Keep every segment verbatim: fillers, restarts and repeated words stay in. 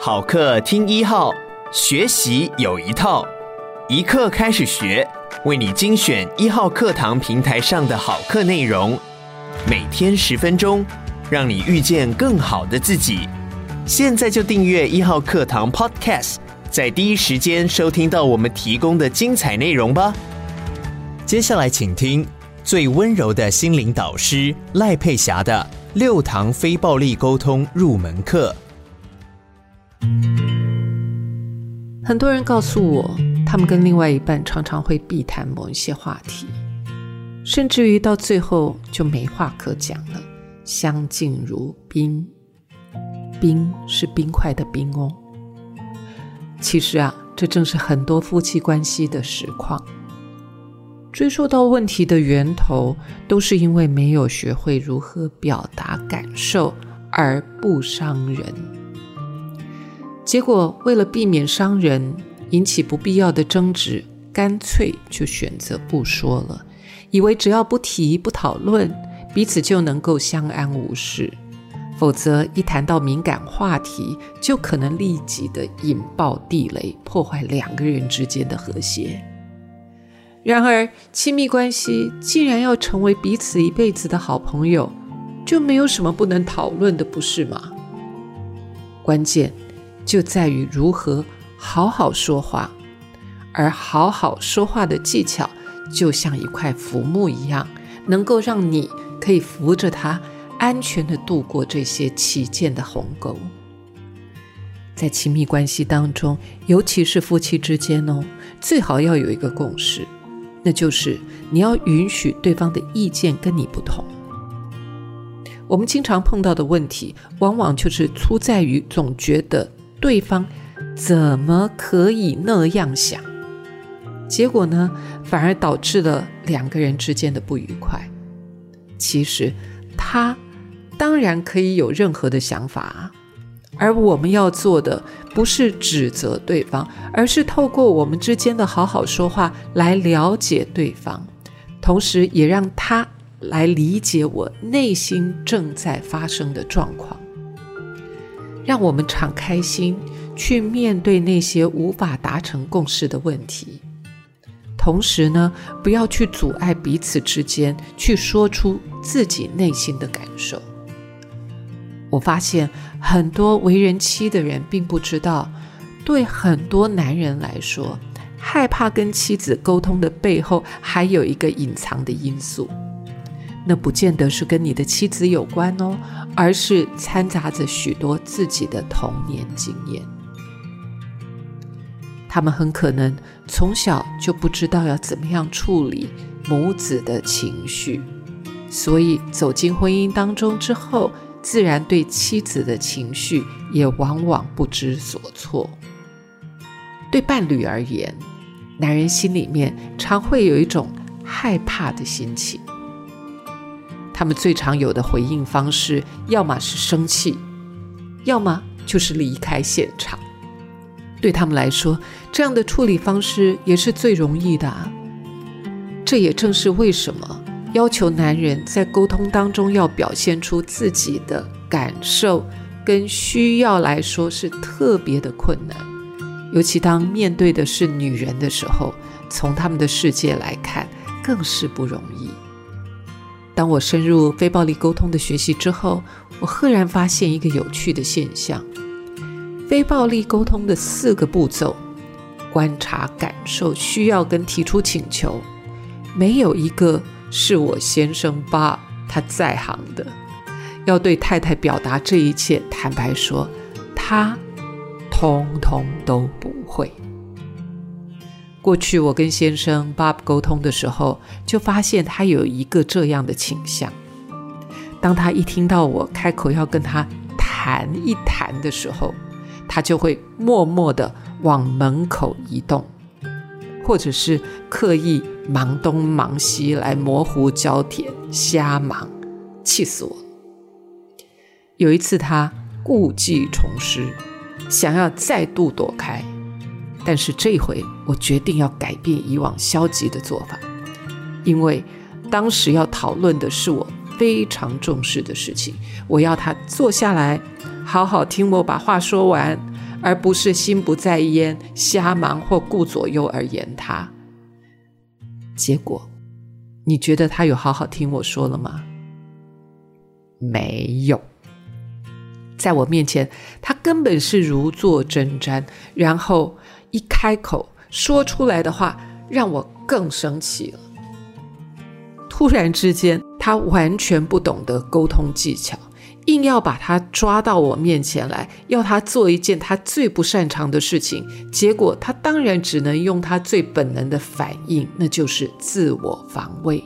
好课听一号，学习有一套，一课开始学，为你精选一号课堂平台上的好课内容，每天十分钟，让你遇见更好的自己。现在就订阅一号课堂 Podcast， 在第一时间收听到我们提供的精彩内容吧。接下来请听最温柔的心灵导师赖佩霞的六堂非暴力沟通入门课。 很多人告诉我，他们跟另外一半常常会避谈某一些话题，甚至于到最后就没话可讲了，相敬如宾。冰是冰块的冰哦。其实啊，这正是很多夫妻关系的实况。追溯到问题的源头，都是因为没有学会如何表达感受而不伤人。结果为了避免伤人，引起不必要的争执，干脆就选择不说了，以为只要不提不讨论，彼此就能够相安无事。否则一谈到敏感话题，就可能立即的引爆地雷，破坏两个人之间的和谐。然而亲密关系既然要成为彼此一辈子的好朋友，就没有什么不能讨论的，不是吗？关键就在于如何好好说话，而好好说话的技巧就像一块浮木一样，能够让你可以扶着它安全地度过这些起见的鸿沟。在亲密关系当中，尤其是夫妻之间哦，最好要有一个共识，那就是你要允许对方的意见跟你不同。我们经常碰到的问题，往往就是出在于总觉得对方怎么可以那样想，结果呢，反而导致了两个人之间的不愉快。其实他当然可以有任何的想法啊，而我们要做的不是指责对方，而是透过我们之间的好好说话来了解对方，同时也让他来理解我内心正在发生的状况。让我们敞开心去面对那些无法达成共识的问题，同时呢，不要去阻碍彼此之间去说出自己内心的感受。我发现很多为人妻的人并不知道，对很多男人来说，害怕跟妻子沟通的背后还有一个隐藏的因素，那不见得是跟你的妻子有关哦，而是掺杂着许多自己的童年经验。他们很可能从小就不知道要怎么样处理母子的情绪，所以走进婚姻当中之后，自然对妻子的情绪也往往不知所措。对伴侣而言，男人心里面常会有一种害怕的心情。他们最常有的回应方式，要么是生气，要么就是离开现场。对他们来说，这样的处理方式也是最容易的啊。这也正是为什么要求男人在沟通当中要表现出自己的感受跟需要来说是特别的困难，尤其当面对的是女人的时候，从他们的世界来看更是不容易。当我深入非暴力沟通的学习之后，我赫然发现一个有趣的现象。非暴力沟通的四个步骤，观察、感受、需要跟提出请求，没有一个是我先生Bob他在行的。要对太太表达这一切，坦白说，他通通都不会。过去我跟先生Bob沟通的时候，就发现他有一个这样的倾向。当他一听到我开口要跟他谈一谈的时候，他就会默默地往门口移动，或者是刻意忙东忙西来模糊焦点，瞎忙，气死我了。有一次他故技重施，想要再度躲开，但是这回我决定要改变以往消极的做法，因为当时要讨论的是我非常重视的事情，我要他坐下来好好听我把话说完， 而不是心不在焉、瞎忙或顾左右而言他。结果，你觉得他有好好听我说了吗？没有。在我面前，他根本是如坐针毡，然后一开口说出来的话让我更生气了。突然之间，他完全不懂得沟通技巧，硬要把他抓到我面前来，要他做一件他最不擅长的事情，结果他当然只能用他最本能的反应，那就是自我防卫。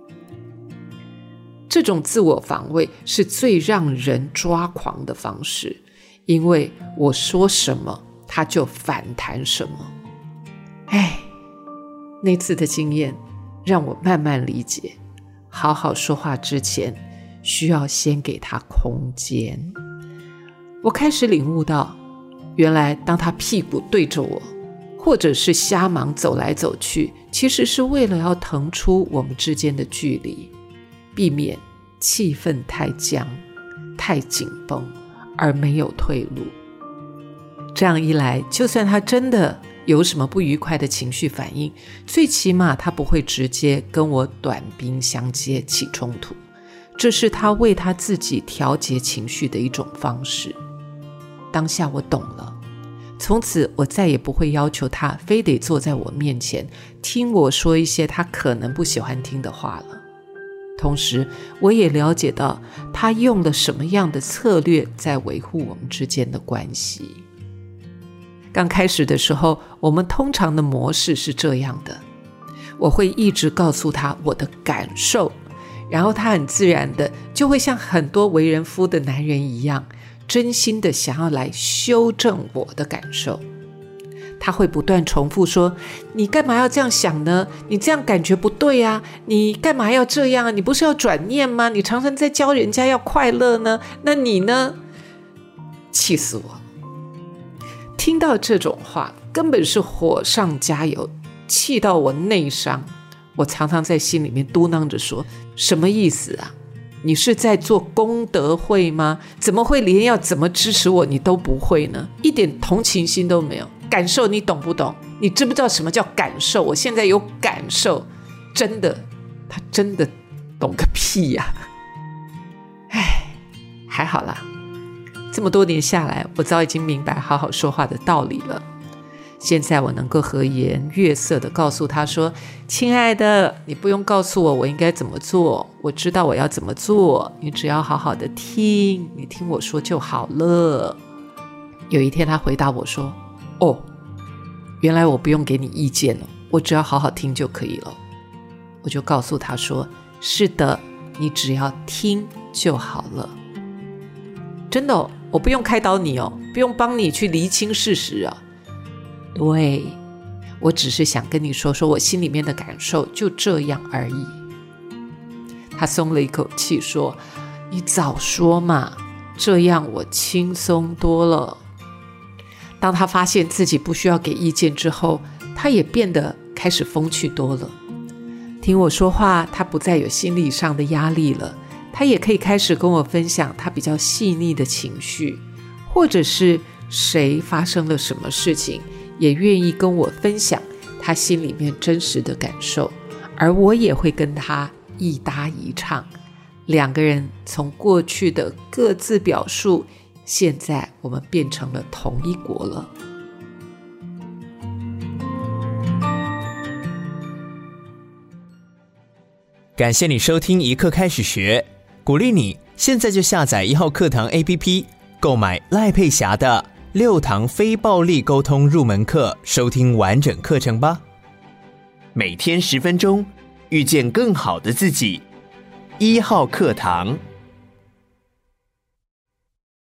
这种自我防卫是最让人抓狂的方式，因为我说什么他就反弹什么。哎，那次的经验让我慢慢理解，好好说话之前需要先给他空间。我开始领悟到，原来当他屁股对着我，或者是瞎忙走来走去，其实是为了要腾出我们之间的距离，避免气氛太僵、太紧绷而没有退路。这样一来，就算他真的有什么不愉快的情绪反应，最起码他不会直接跟我短兵相接起冲突，这是他为他自己调节情绪的一种方式。当下我懂了，从此我再也不会要求他非得坐在我面前听我说一些他可能不喜欢听的话了。同时我也了解到他用了什么样的策略在维护我们之间的关系。刚开始的时候，我们通常的模式是这样的，我会一直告诉他我的感受，然后他很自然的就会像很多为人夫的男人一样，真心的想要来修正我的感受。他会不断重复说，你干嘛要这样想呢？你这样感觉不对啊，你干嘛要这样啊？你不是要转念吗？你常常在教人家要快乐呢，那你呢？气死我！听到这种话根本是火上加油，气到我内伤。我常常在心里面嘟囔着说，什么意思啊？你是在做功德会吗？怎么会连要怎么支持我你都不会呢？一点同情心都没有。感受你懂不懂？你知不知道什么叫感受？我现在有感受，真的，他真的懂个屁呀！哎，还好啦，这么多年下来，我早已经明白好好说话的道理了。现在我能够和颜悦色地告诉他说，亲爱的，你不用告诉我我应该怎么做，我知道我要怎么做，你只要好好的听，你听我说就好了。有一天他回答我说，哦，原来我不用给你意见了，我只要好好听就可以了。我就告诉他说，是的，你只要听就好了。真的哦，我不用开导你哦，不用帮你去厘清事实啊。对，我只是想跟你说说我心里面的感受，就这样而已。他松了一口气说，你早说嘛，这样我轻松多了。当他发现自己不需要给意见之后，他也变得开始风趣多了。听我说话，他不再有心理上的压力了，他也可以开始跟我分享他比较细腻的情绪，或者是谁发生了什么事情，也愿意跟我分享他心里面真实的感受，而我也会跟他一搭一唱，两个人从过去的各自表述，现在我们变成了同一国了。 感谢你收听一课开始学，鼓励你现在就下载一号课堂 A P P， 购买赖佩霞的六堂非暴力沟通入门课，收听完整课程吧。每天十分钟，遇见更好的自己。一号课堂。